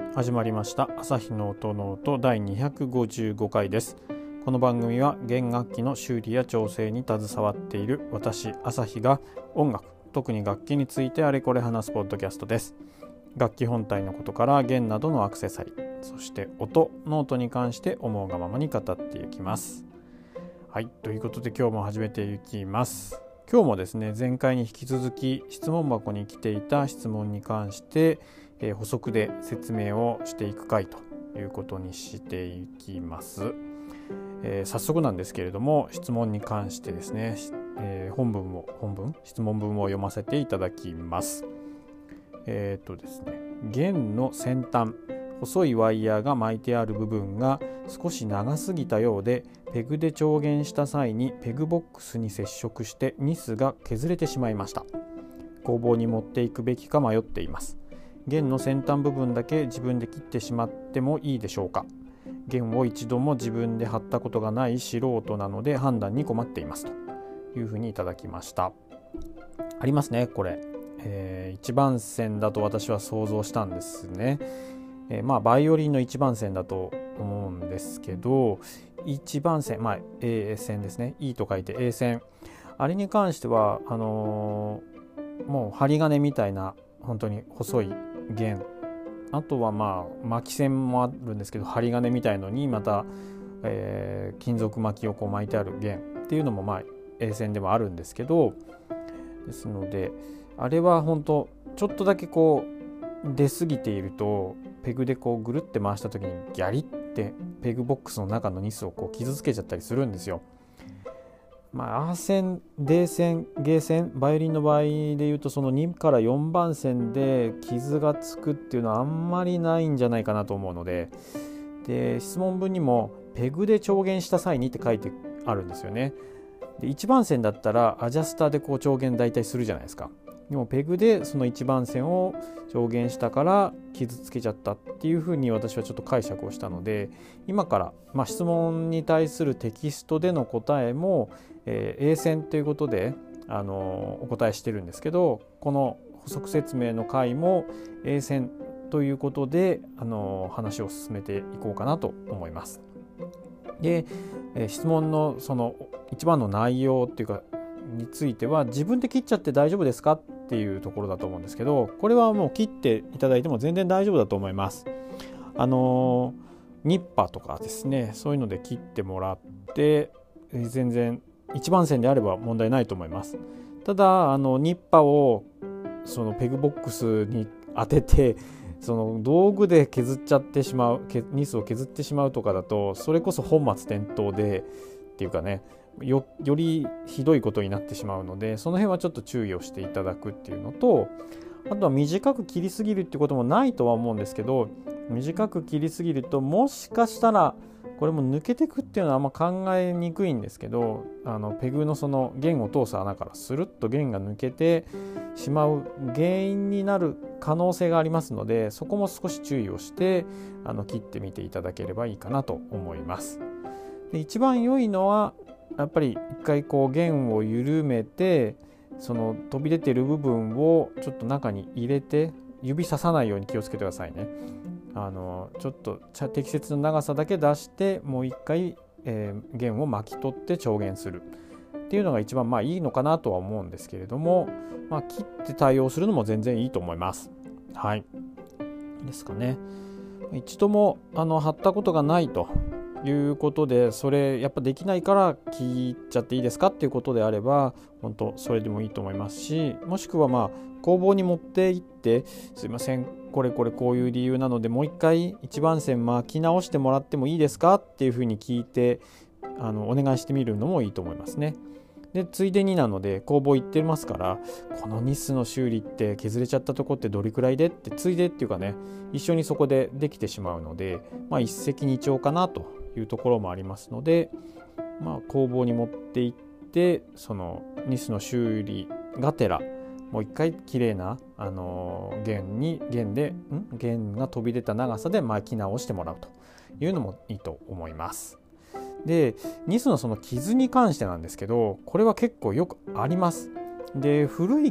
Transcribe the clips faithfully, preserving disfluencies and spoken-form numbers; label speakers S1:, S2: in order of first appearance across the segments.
S1: 始まりました朝日の音の音だいにひゃくごじゅうごかいです。この番組は弦楽器の修理や調整に携わっている私朝日が音楽、特に楽器についてあれこれ話すポッドキャストです。楽器本体のことから弦などのアクセサリー、そして音ノートに関して思うがままに語っていきます。はい、ということで今日も始めていきます。今日もですね、前回に引き続き質問箱に来ていた質問に関してえー、補足で説明をしていく回ということにしていきます。えー、早速なんですけれども、質問に関してですね、えー、本文を本文質問文を読ませていただきます。えー、っとですね弦の先端、細いワイヤーが巻いてある部分が少し長すぎたようで、ペグで調弦した際にペグボックスに接触してニスが削れてしまいました。工房に持っていくべきか迷っています。弦の先端部分だけ自分で切ってしまってもいいでしょうか。弦を一度も自分で張ったことがない素人なので判断に困っていますというふうにいただきました。ありますねこれ、えー、一番線だと私は想像したんですね。えー、まあバイオリンの一番線だと思うんですけど、一番線、まあ A 線ですね、 E と書いて A 線、あれに関してはあのー、もう針金みたいな本当に細い弦、あとはまあ巻き線もあるんですけど、針金みたいのにまた、えー、金属巻きをこう巻いてある弦っていうのもまあ A 線でもあるんですけど、ですのであれは本当ちょっとだけこう出過ぎているとペグでこうぐるって回した時にギャリってペグボックスの中のニスをこう傷つけちゃったりするんですよ。まあ、アー線、デー線、ゲー線、バイオリンの場合でいうとそのにからよんばん線で傷がつくっていうのはあんまりないんじゃないかなと思うので、で質問文にもペグで調弦した際にって書いてあるんですよね。でいちばん線だったらアジャスターでこう調弦大体するじゃないですか。でもペグでそのいちばん線を調弦したから傷つけちゃったっていうふうに私はちょっと解釈をしたので、今から、まあ、質問に対するテキストでの答えも、えー、A 線ということで、あのー、お答えしてるんですけど、この補足説明の回も A 線ということで、あのー、話を進めていこうかなと思います。で、えー、質問のその一番の内容っていうかについては、自分で切っちゃって大丈夫ですかっていうところだと思うんですけど、これはもう切っていただいても全然大丈夫だと思います。あのニッパーとかですね、そういうので切ってもらって全然一番線であれば問題ないと思います。ただあのニッパーをそのペグボックスに当ててその道具で削っちゃってしまう、ニスを削ってしまうとかだと、それこそ本末転倒でっていうかね、よ, よりひどいことになってしまうので、その辺はちょっと注意をしていただくっていうのと、あとは短く切りすぎるってこともないとは思うんですけど、短く切りすぎるともしかしたらこれも抜けてくっていうのはあんま考えにくいんですけど、あのペグのその弦を通す穴からスルッと弦が抜けてしまう原因になる可能性がありますので、そこも少し注意をしてあの切ってみていただければいいかなと思います。で一番良いのはやっぱり一回こう弦を緩めて、その飛び出ている部分をちょっと中に入れて、指ささないように気をつけてくださいね。あのちょっと適切な長さだけ出してもう一回、えー、弦を巻き取って調弦するっていうのが一番まあいいのかなとは思うんですけれども、まあ、切って対応するのも全然いいと思います。はいですかね。一度もあの貼ったことがないということで、それやっぱできないから切っちゃっていいですかっていうことであれば、本当それでもいいと思いますし、もしくはまあ工房に持って行って、すいませんこれこれこういう理由なのでもう一回一番線巻き直してもらってもいいですかっていうふうに聞いて、あのお願いしてみるのもいいと思いますね。でついでになので工房行ってますから、このニスの修理って削れちゃったとこってどれくらいでってついでっていうかね、一緒にそこでできてしまうので、まあ一石二鳥かなというところもありますので、まあ工房に持って行ってそのニスの修理がてらもう一回きれいな、あのー、弦に弦でん弦が飛び出た長さで巻き直してもらうというのもいいと思います。でニスのその傷に関してなんですけど、これは結構よくあります。で古い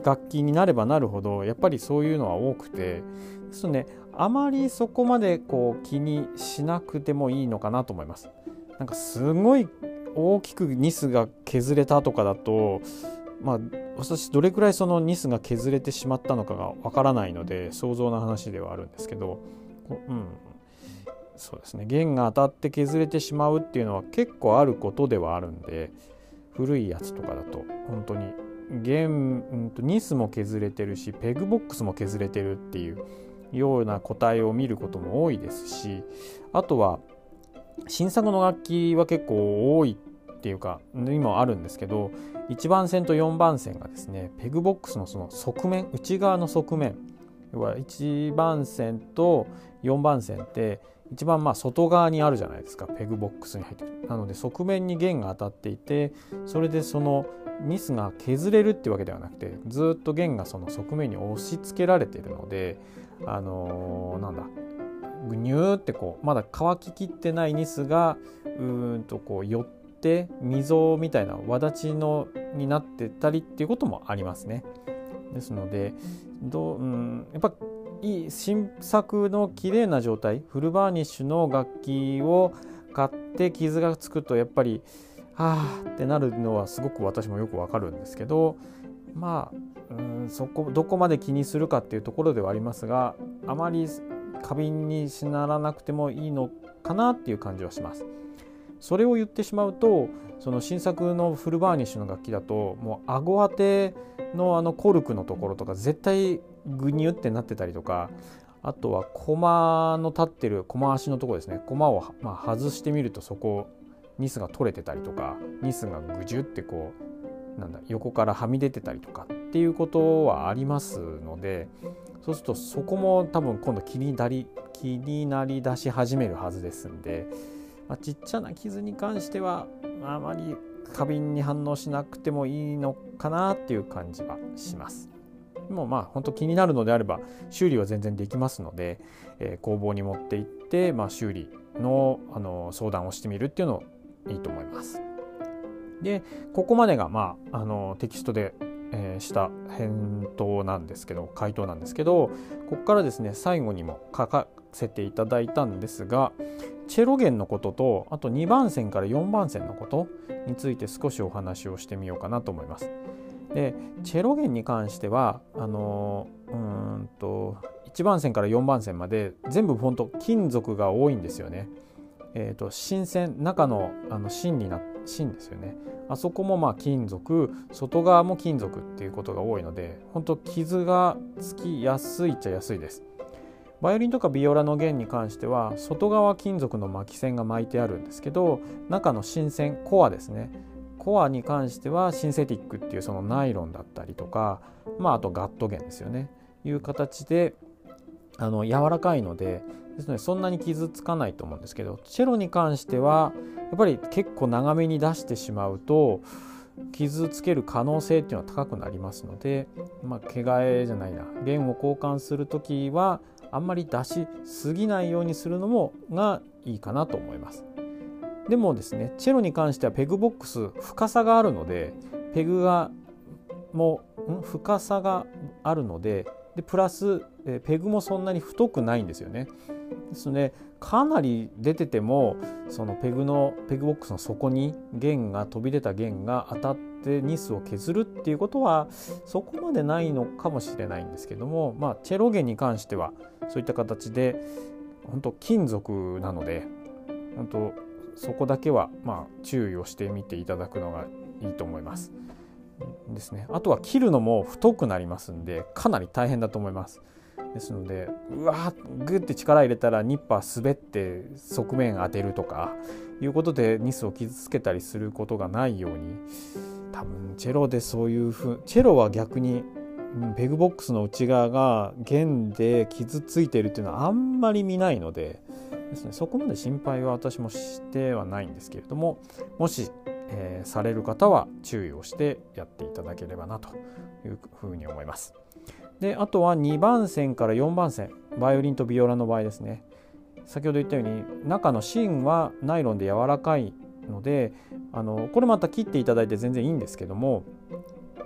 S1: 楽器になればなるほどやっぱりそういうのは多くて、ですのであまりそこまでこう気にしなくてもいいのかなと思います。なんかすごい大きくニスが削れたとかだと、まあ私どれくらいそのニスが削れてしまったのかがわからないので想像の話ではあるんですけど、うん、そうですね、弦が当たって削れてしまうっていうのは結構あることではあるんで、古いやつとかだと本当に弦、うん、ニスも削れてるしペグボックスも削れてるっていうような個体を見ることも多いですし、あとは新作の楽器は結構多いっていうか今あるんですけど、いちばん線とよんばん線がですねペグボックスのその側面、内側の側面、要はいちばん線とよんばん線って一番まあ外側にあるじゃないですか、ペグボックスに入ってる。なので側面に弦が当たっていて、それでそのニスが削れるっていうわけではなくて、ずっと弦がその側面に押し付けられているので、あのー、なんだぐにゅーってこうまだ乾ききってないニスがうーんとこう寄って溝みたいな輪立ちのになってたりっていうこともありますね。ですのでどう、うん、やっぱいい新作の綺麗な状態、フルバーニッシュの楽器を買って傷がつくとやっぱりはあってなるのはすごく私もよくわかるんですけど、まあ、うん、そこどこまで気にするかっていうところではありますが、あまり過敏にしならなくてもいいのかなっていう感じはします。それを言ってしまうと、その新作のフルバーニッシュの楽器だともう顎当てのあのコルクのところとか絶対グニュってなってたりとか、あとはコマの立ってるコマ足のところですね、コマをまあ外してみるとそこニスが取れてたりとか、ニスがぐじゅってこうなんだ横からはみ出てたりとかっていうことはありますので、そうするとそこも多分今度気になり気になり出し始めるはずですんで、まあ、ちっちゃな傷に関してはあまり過敏に反応しなくてもいいのかなっていう感じはします。でもまあ本当気になるのであれば修理は全然できますので、えー、工房に持って行って、まあ、修理 の, あの相談をしてみるっていうのいいと思います。でここまでが、まあ、あのテキストで、えー、した返答なんですけど回答なんですけど、ここからですね最後にも書かせていただいたんですが、チェロ弦のこととあとにばん線からよんばん線のことについて少しお話をしてみようかなと思います。でチェロ弦に関してはあのうーんといちばん線からよんばん線まで全部本当金属が多いんですよね。えーと芯線、中のあの芯にな芯ですよね。あそこもまあ金属、外側も金属っていうことが多いので、本当傷がつきやすいっちゃ安いです。バイオリンとかビオラの弦に関しては外側金属の巻き線が巻いてあるんですけど、中の芯線コアですね、コアに関してはシンセティックっていうそのナイロンだったりとか、まあ、あとガット弦ですよね、いう形であの柔らかいので、ですのでそんなに傷つかないと思うんですけど、チェロに関してはやっぱり結構長めに出してしまうと傷つける可能性っていうのは高くなりますので、まあ、毛替えじゃないな弦を交換するときはあんまり出しすぎないようにするのもがいいかなと思います。でもですね、チェロに関してはペグボックス深さがあるので、ペグがもう深さがあるので、でプラスペグもそんなに太くないんですよね。ですのでかなり出ててもそのペグのペグボックスの底に弦が飛び出た弦が当たってニスを削るっていうことはそこまでないのかもしれないんですけども、まあチェロ弦に関してはそういった形で本当金属なので、本当そこだけはまあ注意をしてみていただくのがいいと思いますですね。あとは切るのも太くなりますんでかなり大変だと思います。ですのでうわーグッて力入れたらニッパー滑って側面当てるとかいうことでニスを傷つけたりすることがないように、多分チェロでそういうふうチェロは逆にペグボックスの内側が弦で傷ついてるっていうのはあんまり見ないのでですね、そこまで心配は私もしてはないんですけれども、もし、えー、される方は注意をしてやっていただければなというふうに思います。であとはにばん線からよんばん線、バイオリンとビオラの場合ですね、先ほど言ったように中の芯はナイロンで柔らかいので、あのこれまた切っていただいて全然いいんですけども、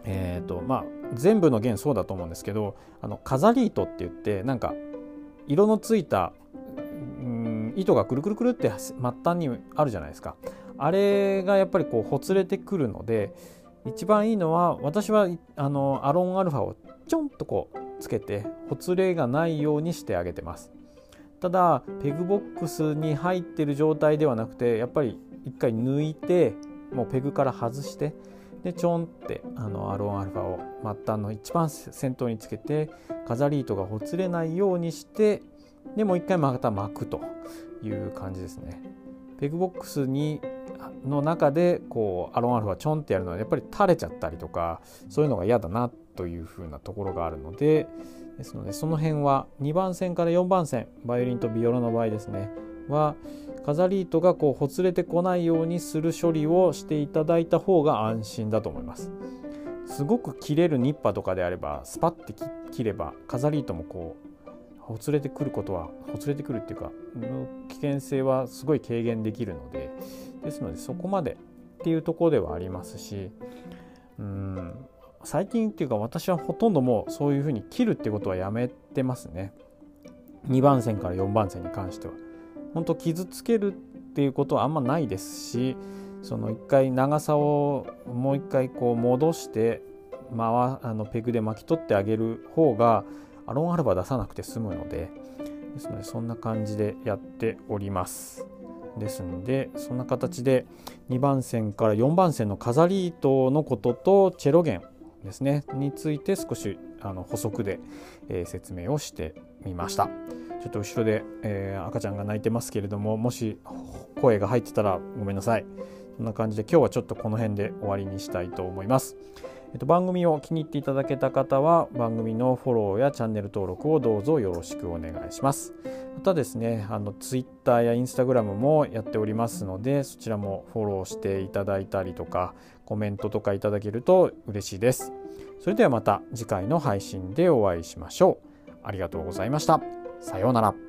S1: えーとまあ、全部の弦そうだと思うんですけど、あの飾り糸って言ってなんか色のついたうん糸がくるくるくるって末端にあるじゃないですか。あれがやっぱりこうほつれてくるので、一番いいのは私はあのアロンアルファをちょんとこうつけてほつれがないようにしてあげてます。ただペグボックスに入っている状態ではなくて、やっぱり一回抜いてもうペグから外してでちょんってあのアロンアルファを末端の一番先頭につけて飾り糸がほつれないようにして、でもう一回また巻くという感じですね。ペグボックスにの中でこうアロンアルファちょんってやるのはやっぱり垂れちゃったりとかそういうのが嫌だなというふうなところがあるので、ですのでその辺はにばん線からよんばん線、バイオリンとビオラの場合ですねは飾り糸がこうほつれてこないようにする処理をしていただいた方が安心だと思います。すごく切れるニッパとかであればスパッて切れば飾り糸もこうほつれてくることはほつれてくるっていうか危険性はすごい軽減できるので、ですのでそこまでっていうところではありますし、うーん最近っていうか私はほとんどもうそういうふうに切るってことはやめてますね。にばん線からよんばん線に関しては本当傷つけるっていうことはあんまないですし、その一回長さをもう一回こう戻して回あのペグで巻き取ってあげる方がアロンアルファ出さなくて済むので、ですのでそんな感じでやっております。ですのでそんな形でにばん線からよんばん線の飾り糸のこととチェロ弦ですねについて少しあの補足で、えー、説明をしてみました。ちょっと後ろで、えー、赤ちゃんが泣いてますけれども、もし声が入ってたらごめんなさい。そんな感じで今日はちょっとこの辺で終わりにしたいと思います。えっと、番組を気に入っていただけた方は番組のフォローやチャンネル登録をどうぞよろしくお願いします。またですね、あのツイッターやインスタグラムもやっておりますので、そちらもフォローしていただいたりとかコメントとかいただけると嬉しいです。それではまた次回の配信でお会いしましょう。ありがとうございました。さようなら。